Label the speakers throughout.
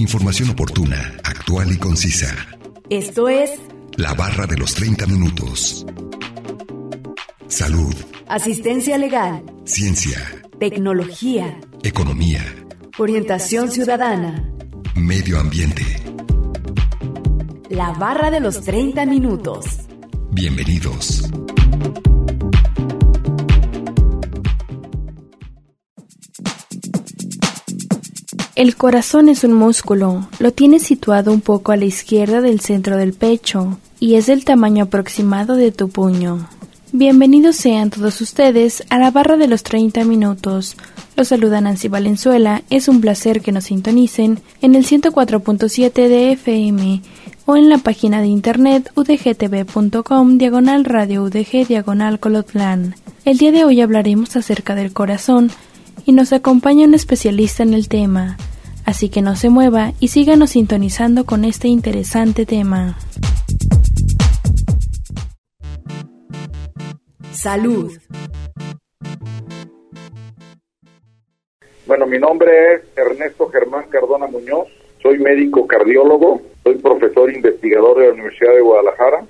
Speaker 1: Información oportuna, actual y concisa.
Speaker 2: Esto es
Speaker 1: La Barra de los 30 Minutos. Salud.
Speaker 2: Asistencia legal.
Speaker 1: Ciencia.
Speaker 2: Tecnología.
Speaker 1: Economía.
Speaker 2: Orientación ciudadana.
Speaker 1: Medio ambiente.
Speaker 2: La Barra de los 30 Minutos.
Speaker 1: Bienvenidos.
Speaker 3: El corazón es un músculo, lo tiene situado un poco a la izquierda del centro del pecho y es del tamaño aproximado de tu puño. Bienvenidos sean todos ustedes a la Barra de los 30 Minutos. Los saluda Nancy Valenzuela, es un placer que nos sintonicen en el 104.7 de FM o en la página de internet udgtv.com/radio udg/Colotlán. El día de hoy hablaremos acerca del corazón y nos acompaña un especialista en el tema, así que no se mueva y síganos sintonizando con este interesante tema.
Speaker 2: Salud.
Speaker 4: Bueno, mi nombre es Ernesto Germán Cardona Muñoz, soy médico cardiólogo, soy profesor investigador de la Universidad de Guadalajara,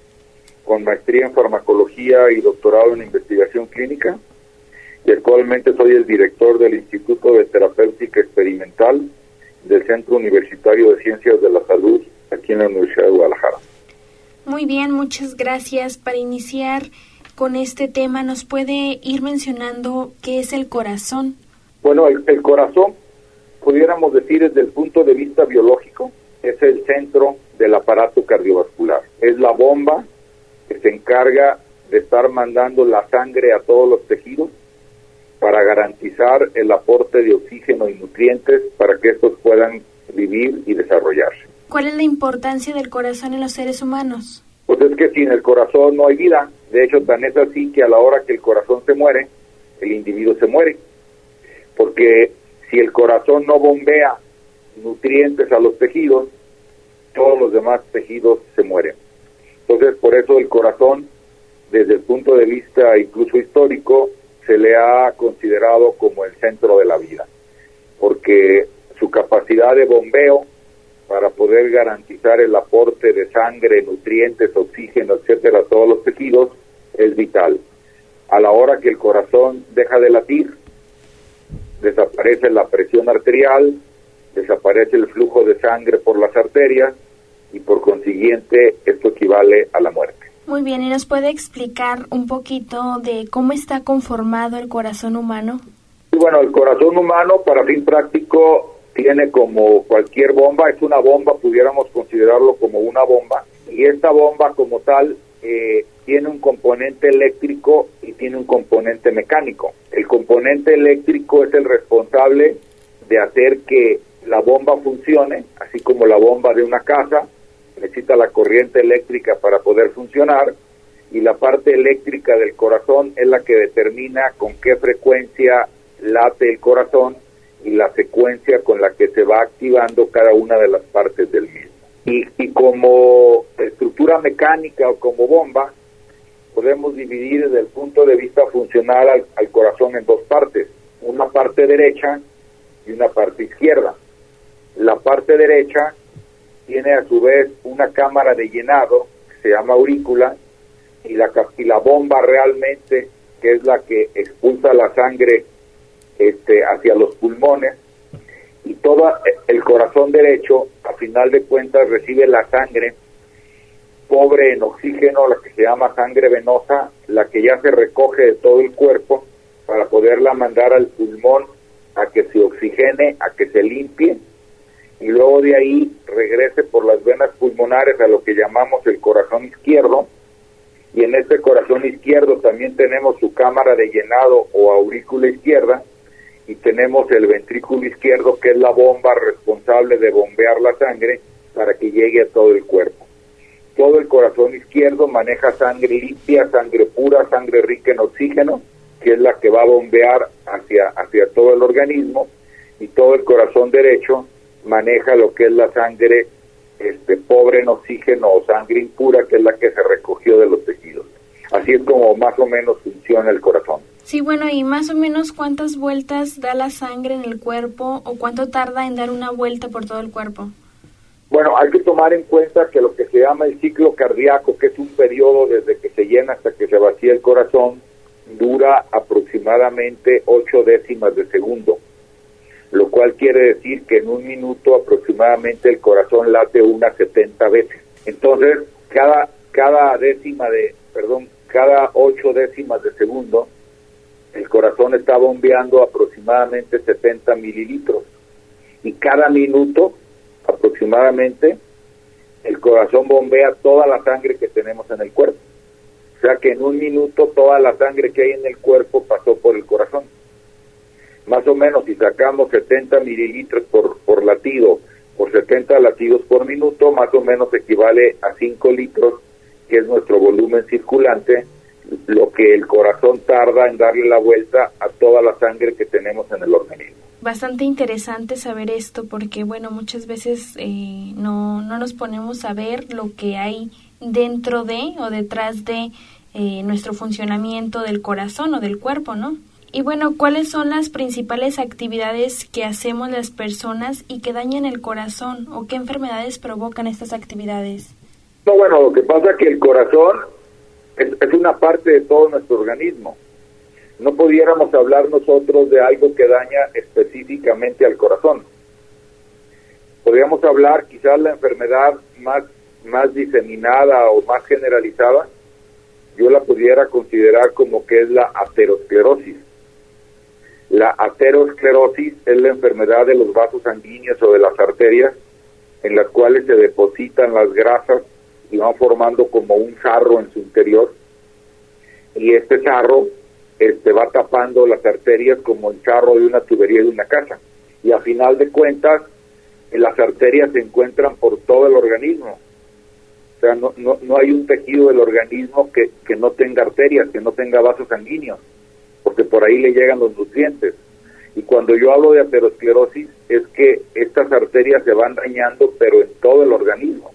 Speaker 4: con maestría en farmacología y doctorado en investigación clínica, y actualmente soy el director del Instituto de Terapéutica Experimental del Centro Universitario de Ciencias de la Salud, aquí en la Universidad de Guadalajara.
Speaker 3: Muy bien, muchas gracias. Para iniciar con este tema, ¿nos puede ir mencionando qué es el corazón?
Speaker 4: Bueno, el corazón, pudiéramos decir desde el punto de vista biológico, es el centro del aparato cardiovascular. Es la bomba que se encarga de estar mandando la sangre a todos los tejidos para garantizar el aporte de oxígeno y nutrientes para que estos puedan vivir y desarrollarse.
Speaker 3: ¿Cuál es la importancia del corazón en los seres humanos?
Speaker 4: Pues es que sin el corazón no hay vida. De hecho, tan es así que a la hora que el corazón se muere, el individuo se muere. Porque si el corazón no bombea nutrientes a los tejidos, todos los demás tejidos se mueren. Entonces, por eso el corazón, desde el punto de vista incluso histórico, se le ha considerado como el centro de la vida, porque su capacidad de bombeo para poder garantizar el aporte de sangre, nutrientes, oxígeno, etcétera, a todos los tejidos, es vital. A la hora que el corazón deja de latir, desaparece la presión arterial, desaparece el flujo de sangre por las arterias y por consiguiente esto equivale a la muerte.
Speaker 3: Muy bien, ¿y nos puede explicar un poquito de cómo está conformado el corazón humano?
Speaker 4: Bueno, el corazón humano, para fin práctico, tiene como cualquier bomba, es una bomba, pudiéramos considerarlo como una bomba, y esta bomba como tal tiene un componente eléctrico y tiene un componente mecánico. El componente eléctrico es el responsable de hacer que la bomba funcione, así como la bomba de una casa necesita la corriente eléctrica para poder funcionar, y la parte eléctrica del corazón es la que determina con qué frecuencia late el corazón y la secuencia con la que se va activando cada una de las partes del mismo. Y como estructura mecánica o como bomba, podemos dividir desde el punto de vista funcional al corazón en dos partes, una parte derecha y una parte izquierda. La parte derecha tiene a su vez una cámara de llenado que se llama aurícula, y la bomba realmente, que es la que expulsa la sangre hacia los pulmones, y todo el corazón derecho a final de cuentas recibe la sangre pobre en oxígeno, la que se llama sangre venosa, la que ya se recoge de todo el cuerpo para poderla mandar al pulmón a que se oxigene, a que se limpie, y luego de ahí regrese por las venas pulmonares a lo que llamamos el corazón izquierdo, y en este corazón izquierdo también tenemos su cámara de llenado o aurícula izquierda, y tenemos el ventrículo izquierdo, que es la bomba responsable de bombear la sangre para que llegue a todo el cuerpo. Todo el corazón izquierdo maneja sangre limpia, sangre pura, sangre rica en oxígeno, que es la que va a bombear hacia todo el organismo, y todo el corazón derecho maneja lo que es la sangre pobre en oxígeno o sangre impura, que es la que se recogió de los tejidos. Así es como más o menos funciona el corazón.
Speaker 3: Sí, bueno, y más o menos ¿cuántas vueltas da la sangre en el cuerpo o cuánto tarda en dar una vuelta por todo el cuerpo?
Speaker 4: Bueno, hay que tomar en cuenta que lo que se llama el ciclo cardíaco, que es un periodo desde que se llena hasta que se vacía el corazón, dura aproximadamente 8 décimas de segundo, lo cual quiere decir que en un minuto aproximadamente el corazón late unas 70 veces. Entonces, cada 8 décimas de segundo, el corazón está bombeando aproximadamente 70 mililitros. Y cada minuto, aproximadamente, el corazón bombea toda la sangre que tenemos en el cuerpo. O sea que en un minuto toda la sangre que hay en el cuerpo pasó por el corazón. Más o menos, si sacamos 70 mililitros por latido, por 70 latidos por minuto, más o menos equivale a 5 litros, que es nuestro volumen circulante, lo que el corazón tarda en darle la vuelta a toda la sangre que tenemos en el organismo.
Speaker 3: Bastante interesante saber esto porque, bueno, muchas veces no nos ponemos a ver lo que hay dentro de o detrás de nuestro funcionamiento del corazón o del cuerpo, ¿no? Y bueno, ¿cuáles son las principales actividades que hacemos las personas y que dañan el corazón o qué enfermedades provocan estas actividades?
Speaker 4: No, bueno, lo que pasa es que el corazón es una parte de todo nuestro organismo. No pudiéramos hablar nosotros de algo que daña específicamente al corazón. Podríamos hablar quizás la enfermedad más diseminada o más generalizada, yo la pudiera considerar como que es la aterosclerosis. La aterosclerosis es la enfermedad de los vasos sanguíneos o de las arterias en las cuales se depositan las grasas y van formando como un sarro en su interior, y este sarro va tapando las arterias como el sarro de una tubería de una casa, y a final de cuentas las arterias se encuentran por todo el organismo. O sea, no hay un tejido del organismo que no tenga arterias, que no tenga vasos sanguíneos, porque por ahí le llegan los nutrientes. Y cuando yo hablo de aterosclerosis es que estas arterias se van dañando, pero en todo el organismo.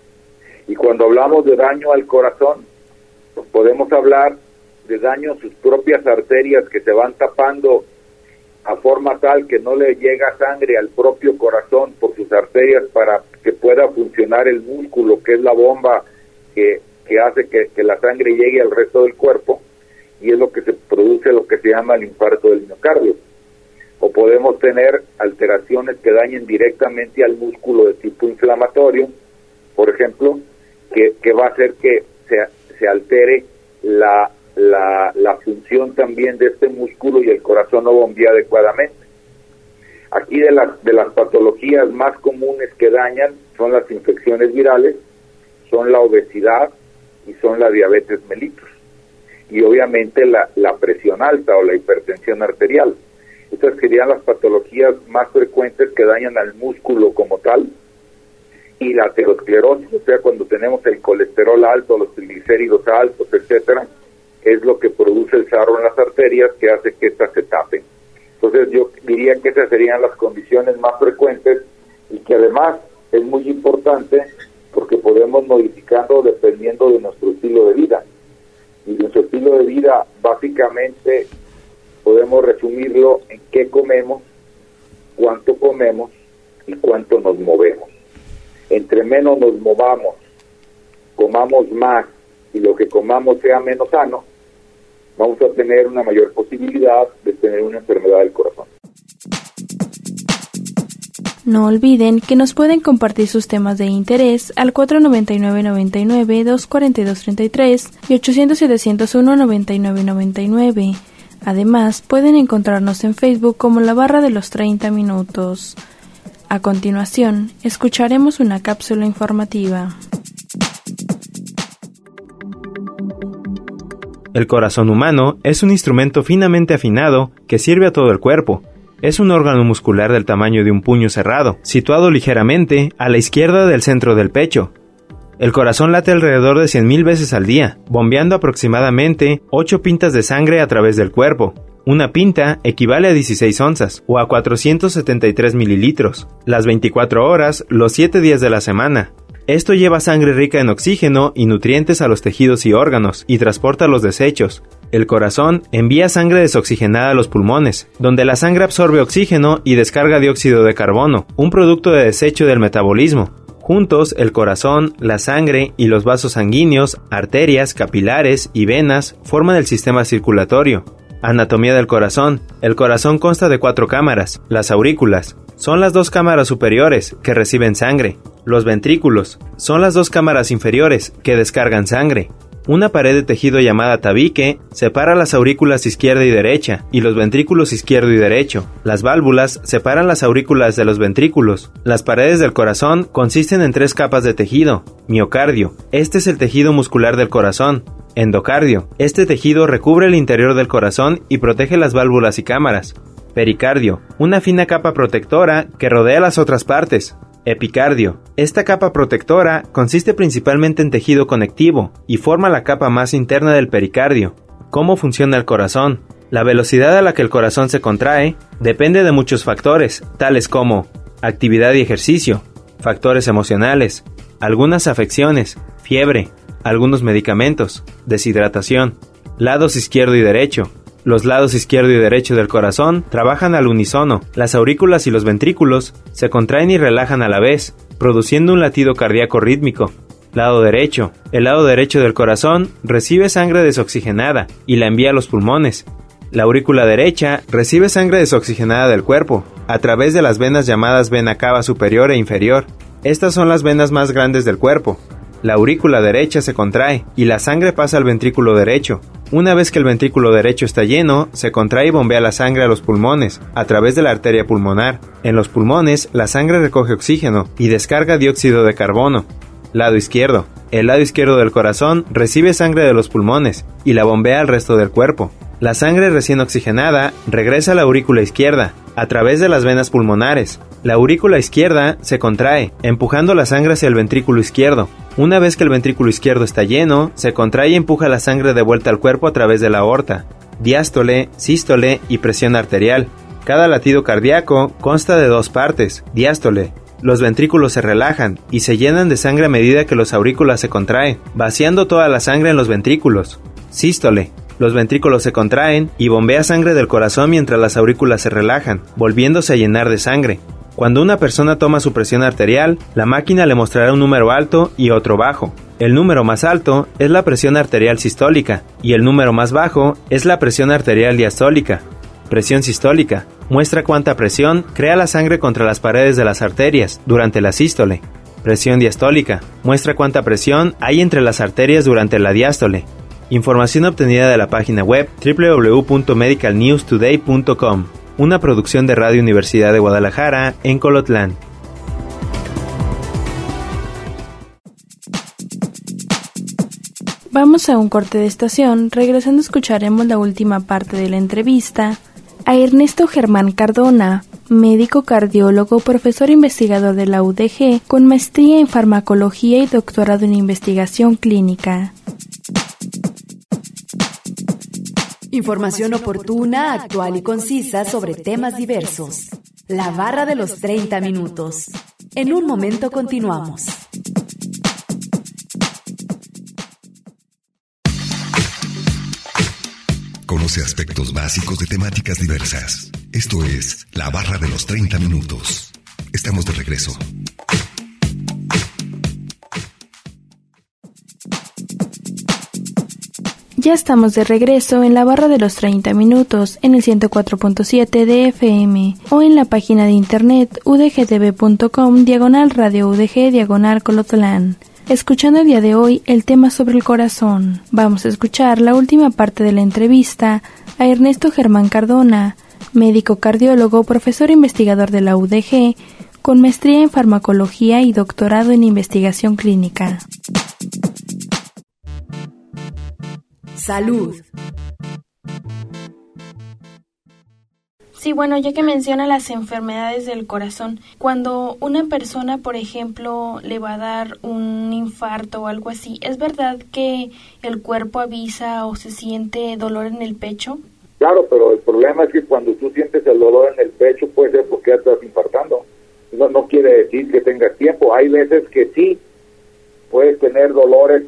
Speaker 4: Y cuando hablamos de daño al corazón, pues podemos hablar de daño a sus propias arterias que se van tapando a forma tal que no le llega sangre al propio corazón por sus arterias para que pueda funcionar el músculo, que es la bomba que hace que la sangre llegue al resto del cuerpo, y es lo que se produce lo que se llama el infarto del miocardio. O podemos tener alteraciones que dañen directamente al músculo de tipo inflamatorio, por ejemplo, que va a hacer que se altere la función también de este músculo y el corazón no bombea adecuadamente. Aquí de las patologías más comunes que dañan son las infecciones virales, son la obesidad y son la diabetes mellitus. Y obviamente la presión alta o la hipertensión arterial. Estas serían las patologías más frecuentes que dañan al músculo como tal. Y la aterosclerosis, o sea, cuando tenemos el colesterol alto, los triglicéridos altos, etcétera, es lo que produce el sarro en las arterias que hace que éstas se tapen. Entonces yo diría que esas serían las condiciones más frecuentes y que además es muy importante porque podemos modificarlo dependiendo de nuestro estilo de vida. Y nuestro estilo de vida básicamente podemos resumirlo en qué comemos, cuánto comemos y cuánto nos movemos. Entre menos nos movamos, comamos más y lo que comamos sea menos sano, vamos a tener una mayor posibilidad de tener una enfermedad del corazón.
Speaker 3: No olviden que nos pueden compartir sus temas de interés al 499-99-242-33 y 800-701-9999. Además, pueden encontrarnos en Facebook como La Barra de los 30 Minutos. A continuación, escucharemos una cápsula informativa.
Speaker 5: El corazón humano es un instrumento finamente afinado que sirve a todo el cuerpo. Es un órgano muscular del tamaño de un puño cerrado, situado ligeramente a la izquierda del centro del pecho. El corazón late alrededor de 100.000 veces al día, bombeando aproximadamente 8 pintas de sangre a través del cuerpo. Una pinta equivale a 16 onzas, o a 473 mililitros, las 24 horas, los 7 días de la semana. Esto lleva sangre rica en oxígeno y nutrientes a los tejidos y órganos y transporta los desechos. El corazón envía sangre desoxigenada a los pulmones, donde la sangre absorbe oxígeno y descarga dióxido de carbono, un producto de desecho del metabolismo. Juntos, el corazón, la sangre y los vasos sanguíneos, arterias, capilares y venas forman el sistema circulatorio. Anatomía del corazón. El corazón consta de 4 cámaras, las aurículas. Son las 2 cámaras superiores que reciben sangre. Los ventrículos. Son las 2 cámaras inferiores que descargan sangre. Una pared de tejido llamada tabique separa las aurículas izquierda y derecha y los ventrículos izquierdo y derecho. Las válvulas separan las aurículas de los ventrículos. Las paredes del corazón consisten en 3 capas de tejido. Miocardio. Este es el tejido muscular del corazón. Endocardio. Este tejido recubre el interior del corazón y protege las válvulas y cámaras. Pericardio. Una fina capa protectora que rodea las otras partes. Epicardio. Esta capa protectora consiste principalmente en tejido conectivo y forma la capa más interna del pericardio. ¿Cómo funciona el corazón? La velocidad a la que el corazón se contrae depende de muchos factores, tales como actividad y ejercicio, factores emocionales, algunas afecciones, fiebre, algunos medicamentos, deshidratación, lados izquierdo y derecho. Los lados izquierdo y derecho del corazón trabajan al unísono. Las aurículas y los ventrículos se contraen y relajan a la vez, produciendo un latido cardíaco rítmico. Lado derecho. El lado derecho del corazón recibe sangre desoxigenada y la envía a los pulmones. La aurícula derecha recibe sangre desoxigenada del cuerpo, a través de las venas llamadas vena cava superior e inferior. Estas son las venas más grandes del cuerpo. La aurícula derecha se contrae y la sangre pasa al ventrículo derecho. Una vez que el ventrículo derecho está lleno, se contrae y bombea la sangre a los pulmones, a través de la arteria pulmonar. En los pulmones, la sangre recoge oxígeno y descarga dióxido de carbono. Lado izquierdo. El lado izquierdo del corazón recibe sangre de los pulmones y la bombea al resto del cuerpo. La sangre recién oxigenada regresa a la aurícula izquierda, a través de las venas pulmonares. La aurícula izquierda se contrae, empujando la sangre hacia el ventrículo izquierdo. Una vez que el ventrículo izquierdo está lleno, se contrae y empuja la sangre de vuelta al cuerpo a través de la aorta. Diástole, sístole y presión arterial. Cada latido cardíaco consta de 2 partes. Diástole. Los ventrículos se relajan y se llenan de sangre a medida que los aurículas se contraen, vaciando toda la sangre en los ventrículos. Sístole. Los ventrículos se contraen y bombea sangre del corazón mientras las aurículas se relajan, volviéndose a llenar de sangre. Cuando una persona toma su presión arterial, la máquina le mostrará un número alto y otro bajo. El número más alto es la presión arterial sistólica y el número más bajo es la presión arterial diastólica. Presión sistólica muestra cuánta presión crea la sangre contra las paredes de las arterias durante la sístole. Presión diastólica muestra cuánta presión hay entre las arterias durante la diástole. Información obtenida de la página web www.medicalnewstoday.com, una producción de Radio Universidad de Guadalajara en Colotlán.
Speaker 3: Vamos a un corte de estación. Regresando escucharemos la última parte de la entrevista a Ernesto Germán Cardona, médico cardiólogo, profesor investigador de la UDG, con maestría en farmacología y doctorado en investigación clínica.
Speaker 2: Información oportuna, actual y concisa sobre temas diversos. La barra de los 30 minutos. En un momento continuamos.
Speaker 1: Conoce aspectos básicos de temáticas diversas. Esto es La Barra de los 30 minutos. Estamos de regreso.
Speaker 3: Ya estamos de regreso en la barra de los 30 minutos en el 104.7 de FM o en la página de internet udgtv.com/radio udg/Colotlán. Escuchando el día de hoy el tema sobre el corazón. Vamos a escuchar la última parte de la entrevista a Ernesto Germán Cardona, médico cardiólogo, profesor investigador de la UDG, con maestría en farmacología y doctorado en investigación clínica.
Speaker 2: Salud.
Speaker 3: Sí, bueno, ya que menciona las enfermedades del corazón, cuando una persona, por ejemplo, le va a dar un infarto o algo así, ¿es verdad que el cuerpo avisa o se siente dolor en el pecho?
Speaker 4: Claro, pero el problema es que cuando tú sientes el dolor en el pecho puede ser porque ya estás infartando. Eso no quiere decir que tengas tiempo. Hay veces que sí, puedes tener dolores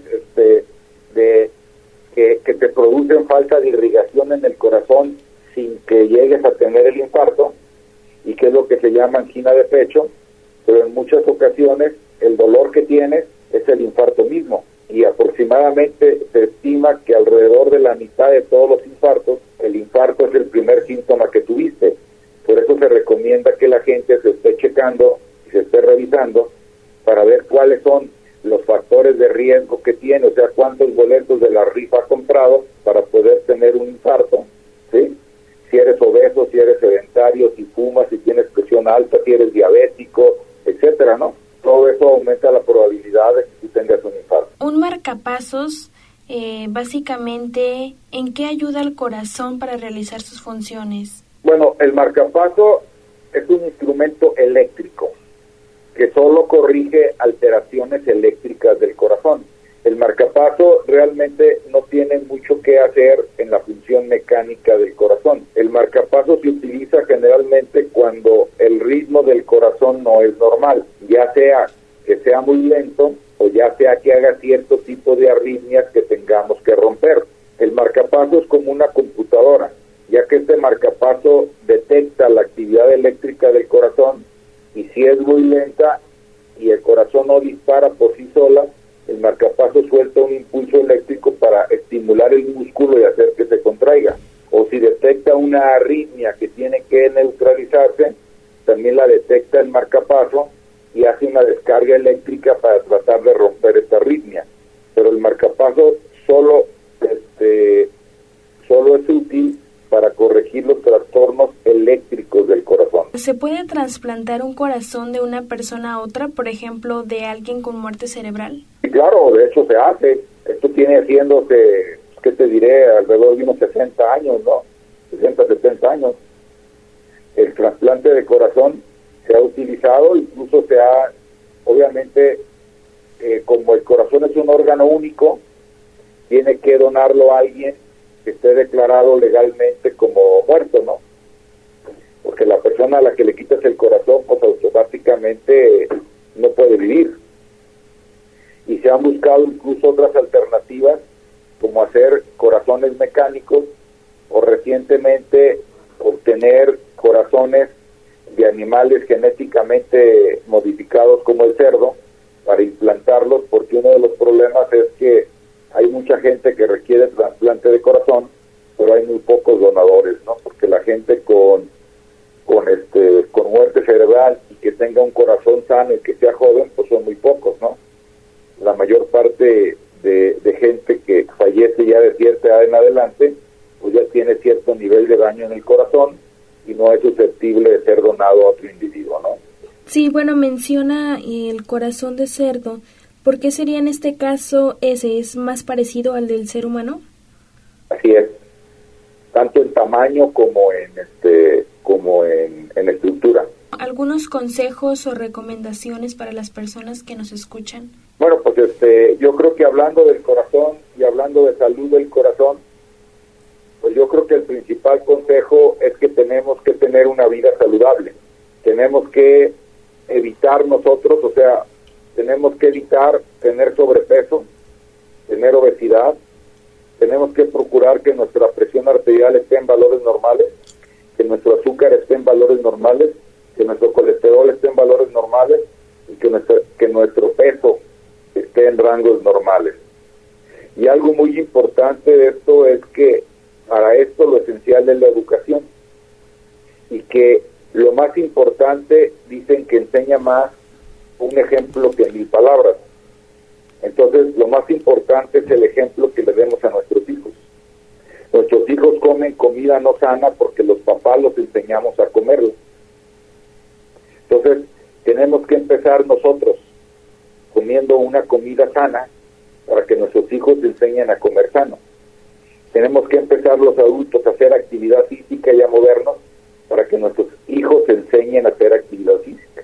Speaker 4: que te producen falta de irrigación en el corazón sin que llegues a tener el infarto, y que es lo que se llama angina de pecho, pero en muchas ocasiones el dolor que tienes es el infarto mismo, y aproximadamente se estima que alrededor de la mitad de todos los infartos, el infarto es el primer síntoma que tuviste. Por eso se recomienda que la gente se esté checando y se esté revisando para ver cuáles son los factores de riesgo que tiene, o sea, cuántos boletos de la rifa ha comprado para poder tener un infarto, ¿sí? Si eres obeso, si eres sedentario, si fumas, si tienes presión alta, si eres diabético, etcétera, ¿no? Todo eso aumenta la probabilidad de que tú tengas un infarto.
Speaker 3: Un marcapasos, básicamente, ¿en qué ayuda al corazón para realizar sus funciones?
Speaker 4: Bueno, el marcapaso es un instrumento eléctrico que solo corrige alteraciones eléctricas del corazón. El marcapaso realmente no tiene mucho que hacer en la función mecánica del corazón. El marcapaso se utiliza generalmente cuando el ritmo del corazón no es normal, ya sea que sea muy lento o ya sea que haga cierto tipo de arritmias que tengamos que romper. El marcapaso es como una computadora, ya que este marcapaso detecta la actividad eléctrica del corazón, y si es muy lenta y el corazón no dispara por sí sola, el marcapaso suelta un impulso eléctrico para estimular el músculo y hacer que se contraiga. O si detecta una arritmia que tiene que neutralizarse, también la detecta el marcapaso y hace una descarga eléctrica para tratar de romper esta arritmia. Pero el marcapaso solo es útil para corregir los trastornos eléctricos del corazón.
Speaker 3: ¿Se puede trasplantar un corazón de una persona a otra, por ejemplo, de alguien con muerte cerebral?
Speaker 4: Sí, claro, de hecho se hace. Esto tiene haciéndose, ¿qué te diré?, alrededor de unos 60 años, ¿no? 60, 70 años. El trasplante de corazón se ha utilizado, incluso se ha, obviamente, como el corazón es un órgano único, tiene que donarlo a alguien que esté declarado legalmente como muerto, ¿no? Porque la persona a la que le quitas el corazón, pues automáticamente no puede vivir. Y se han buscado incluso otras alternativas, como hacer corazones mecánicos, o recientemente obtener corazones de animales genéticamente modificados como el cerdo, para implantarlos, porque uno de los problemas es que hay mucha gente que requiere trasplante de corazón, pero hay muy pocos donadores, ¿no? Porque la gente con muerte cerebral y que tenga un corazón sano y que sea joven, pues son muy pocos, ¿no? La mayor parte de gente que fallece ya de cierta edad en adelante, pues ya tiene cierto nivel de daño en el corazón y no es susceptible de ser donado a otro individuo, ¿no?
Speaker 3: Sí, bueno, menciona el corazón de cerdo. ¿Por qué sería en este caso ese? ¿Es más parecido al del ser humano?
Speaker 4: Así es, tanto en tamaño como en estructura.
Speaker 3: ¿Algunos consejos o recomendaciones para las personas que nos escuchan?
Speaker 4: Bueno, pues yo creo que hablando del corazón y hablando de salud del corazón, pues yo creo que el principal consejo es que tenemos que tener una vida saludable. Tenemos que evitar nosotros, o sea, tenemos que evitar tener sobrepeso, tener obesidad. Tenemos que procurar que nuestra presión arterial esté en valores normales, que nuestro azúcar esté en valores normales, que nuestro colesterol esté en valores normales y que nuestro peso esté en rangos normales. Y algo muy importante de esto es que para esto lo esencial es la educación, y que lo más importante, dicen que enseña más un ejemplo que 1000 palabras. Entonces, lo más importante es el ejemplo que le demos a nuestros hijos. Nuestros hijos comen comida no sana porque los papás los enseñamos a comerlo. Entonces, tenemos que empezar nosotros comiendo una comida sana para que nuestros hijos enseñen a comer sano. Tenemos que empezar los adultos a hacer actividad física y a movernos para que nuestros hijos enseñen a hacer actividad física.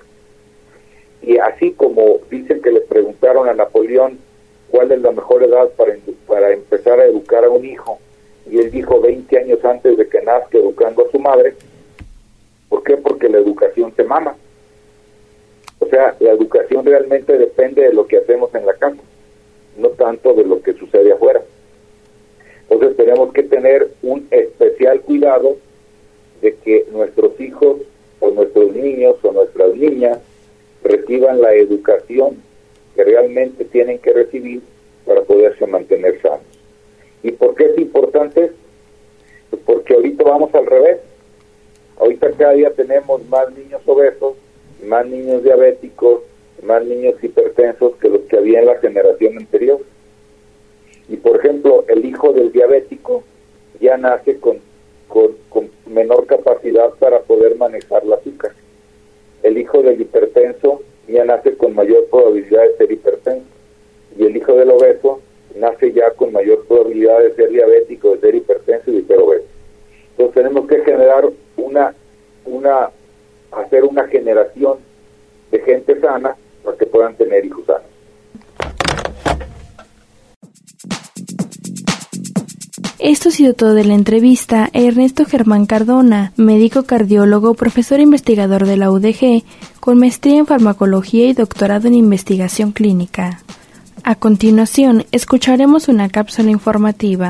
Speaker 4: Y así como dicen que le preguntaron a Napoleón cuál es la mejor edad para empezar a educar a un hijo, y él dijo 20 años antes de que nazca, educando a su madre. ¿Por qué? Porque la educación se mama. O sea, la educación realmente depende de lo que hacemos en la casa. no tanto de lo que sucede afuera. Entonces tenemos que tener un especial cuidado de que nuestros hijos o nuestros niños o nuestras niñas reciban la educación que realmente tienen que recibir para poderse mantener sanos. ¿Y por qué es importante? Pues porque ahorita vamos al revés. Ahorita cada día tenemos más niños obesos, más niños diabéticos, más niños hipertensos que los que había en la generación anterior. Y por ejemplo, el hijo del diabético ya nace con menor capacidad para poder manejar el azúcar. El hijo del hipertenso ya nace con mayor probabilidad de ser hipertenso. Y el hijo del obeso nace ya con mayor probabilidad de ser diabético, de ser hipertenso y de ser obeso. Entonces tenemos que generar hacer una generación de gente sana para que puedan tener hijos sanos.
Speaker 3: Esto ha sido todo de la entrevista a Ernesto Germán Cardona, médico cardiólogo, profesor investigador de la UDG, con maestría en farmacología y doctorado en investigación clínica. A continuación, escucharemos una cápsula informativa.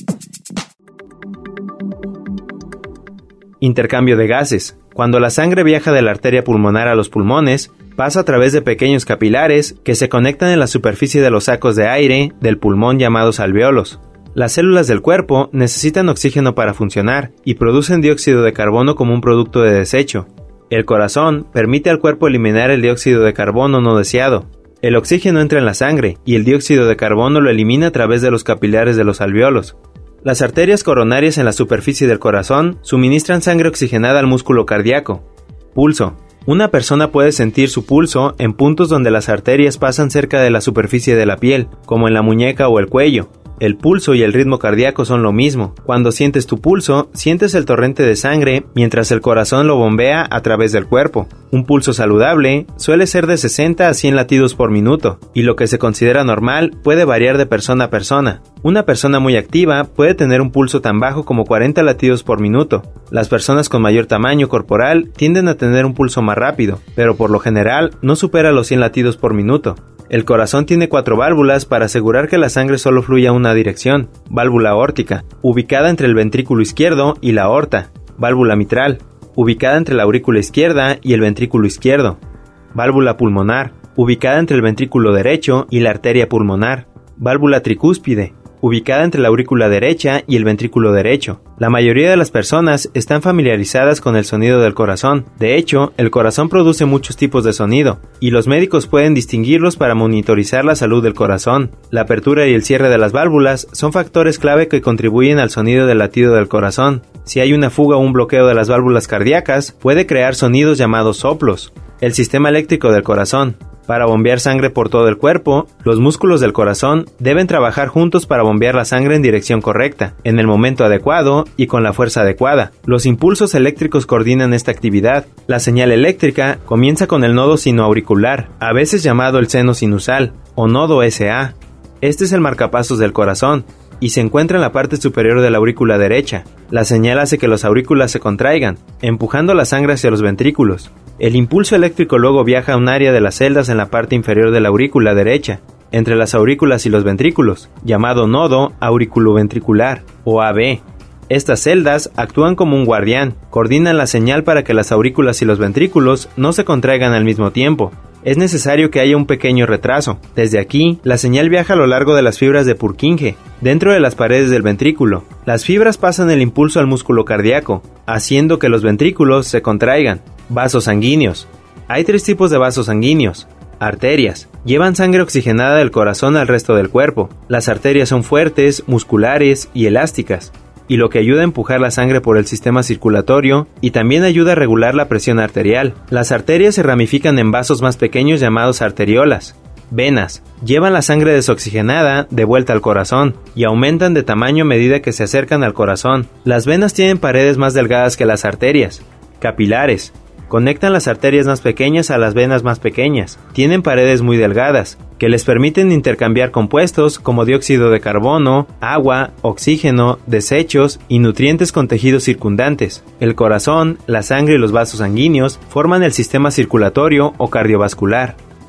Speaker 5: Intercambio de gases. Cuando la sangre viaja de la arteria pulmonar a los pulmones, pasa a través de pequeños capilares que se conectan en la superficie de los sacos de aire del pulmón llamados alvéolos. Las células del cuerpo necesitan oxígeno para funcionar y producen dióxido de carbono como un producto de desecho. El corazón permite al cuerpo eliminar el dióxido de carbono no deseado. El oxígeno entra en la sangre y el dióxido de carbono lo elimina a través de los capilares de los alvéolos. Las arterias coronarias en la superficie del corazón suministran sangre oxigenada al músculo cardíaco. Pulso. Una persona puede sentir su pulso en puntos donde las arterias pasan cerca de la superficie de la piel, como en la muñeca o el cuello. El pulso y el ritmo cardíaco son lo mismo. Cuando sientes tu pulso, sientes el torrente de sangre mientras el corazón lo bombea a través del cuerpo. Un pulso saludable suele ser de 60 a 100 latidos por minuto, y lo que se considera normal puede variar de persona a persona. Una persona muy activa puede tener un pulso tan bajo como 40 latidos por minuto. Las personas con mayor tamaño corporal tienden a tener un pulso más rápido, pero por lo general no supera los 100 latidos por minuto. El corazón tiene 4 válvulas para asegurar que la sangre solo fluya a una dirección. Válvula aórtica, ubicada entre el ventrículo izquierdo y la aorta. Válvula mitral, ubicada entre la aurícula izquierda y el ventrículo izquierdo. Válvula pulmonar, ubicada entre el ventrículo derecho y la arteria pulmonar. Válvula tricúspide, ubicada entre la aurícula derecha y el ventrículo derecho. La mayoría de las personas están familiarizadas con el sonido del corazón. De hecho, el corazón produce muchos tipos de sonido, y los médicos pueden distinguirlos para monitorizar la salud del corazón. La apertura y el cierre de las válvulas son factores clave que contribuyen al sonido del latido del corazón. Si hay una fuga o un bloqueo de las válvulas cardíacas, puede crear sonidos llamados soplos. El sistema eléctrico del corazón. Para bombear sangre por todo el cuerpo, los músculos del corazón deben trabajar juntos para bombear la sangre en dirección correcta, en el momento adecuado y con la fuerza adecuada. Los impulsos eléctricos coordinan esta actividad. La señal eléctrica comienza con el nodo sinoauricular, a veces llamado el seno sinusal, o nodo SA. Este es el marcapasos del corazón, y se encuentra en la parte superior de la aurícula derecha. La señal hace que los aurículas se contraigan, empujando la sangre hacia los ventrículos. El impulso eléctrico luego viaja a un área de las celdas en la parte inferior de la aurícula derecha, entre las aurículas y los ventrículos, llamado nodo auriculoventricular, o AB. Estas celdas actúan como un guardián, coordinan la señal para que las aurículas y los ventrículos no se contraigan al mismo tiempo. Es necesario que haya un pequeño retraso. Desde aquí, la señal viaja a lo largo de las fibras de Purkinje, dentro de las paredes del ventrículo. Las fibras pasan el impulso al músculo cardíaco, haciendo que los ventrículos se contraigan. Vasos sanguíneos. Hay 3 tipos de vasos sanguíneos. Arterias. Llevan sangre oxigenada del corazón al resto del cuerpo. Las arterias son fuertes, musculares y elásticas, y lo que ayuda a empujar la sangre por el sistema circulatorio y también ayuda a regular la presión arterial. Las arterias se ramifican en vasos más pequeños llamados arteriolas. Venas. Llevan la sangre desoxigenada de vuelta al corazón y aumentan de tamaño a medida que se acercan al corazón. Las venas tienen paredes más delgadas que las arterias. Capilares. Conectan las arterias más pequeñas a las venas más pequeñas. Tienen paredes muy delgadas, que les permiten intercambiar compuestos como dióxido de carbono, agua, oxígeno, desechos y nutrientes con tejidos circundantes. El corazón, la sangre y los vasos sanguíneos forman el sistema circulatorio o cardiovascular.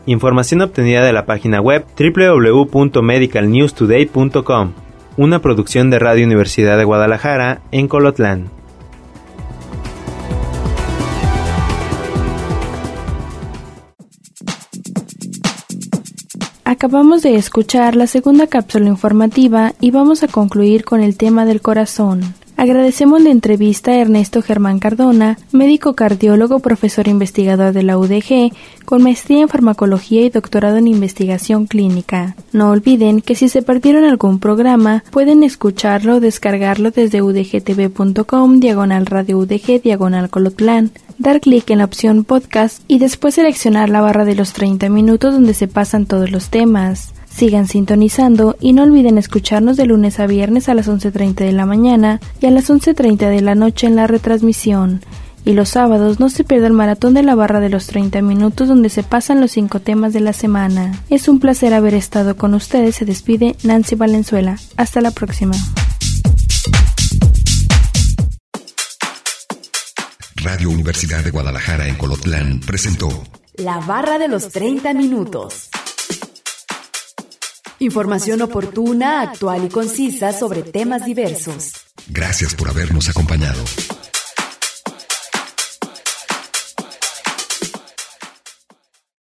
Speaker 5: Información obtenida de la página web www.medicalnewstoday.com. Una producción de Radio Universidad de Guadalajara en Colotlán.
Speaker 3: Acabamos de escuchar la segunda cápsula informativa y vamos a concluir con el tema del corazón. Agradecemos la entrevista a Ernesto Germán Cardona, médico cardiólogo, profesor investigador de la UDG, con maestría en farmacología y doctorado en investigación clínica. No olviden que si se perdieron algún programa, pueden escucharlo o descargarlo desde udgtv.com/radio udg/Colotlán. Dar clic en la opción podcast y después seleccionar la barra de los 30 minutos donde se pasan todos los temas. Sigan sintonizando y no olviden escucharnos de lunes a viernes a las 11:30 de la mañana y a las 11:30 de la noche en la retransmisión. Y los sábados no se pierda el maratón de la barra de los 30 minutos donde se pasan los 5 temas de la semana. Es un placer haber estado con ustedes. Se despide Nancy Valenzuela. Hasta la próxima.
Speaker 1: Radio Universidad de Guadalajara en Colotlán presentó
Speaker 2: La barra de los 30 minutos. Información oportuna, actual y concisa sobre temas diversos.
Speaker 1: Gracias por habernos acompañado.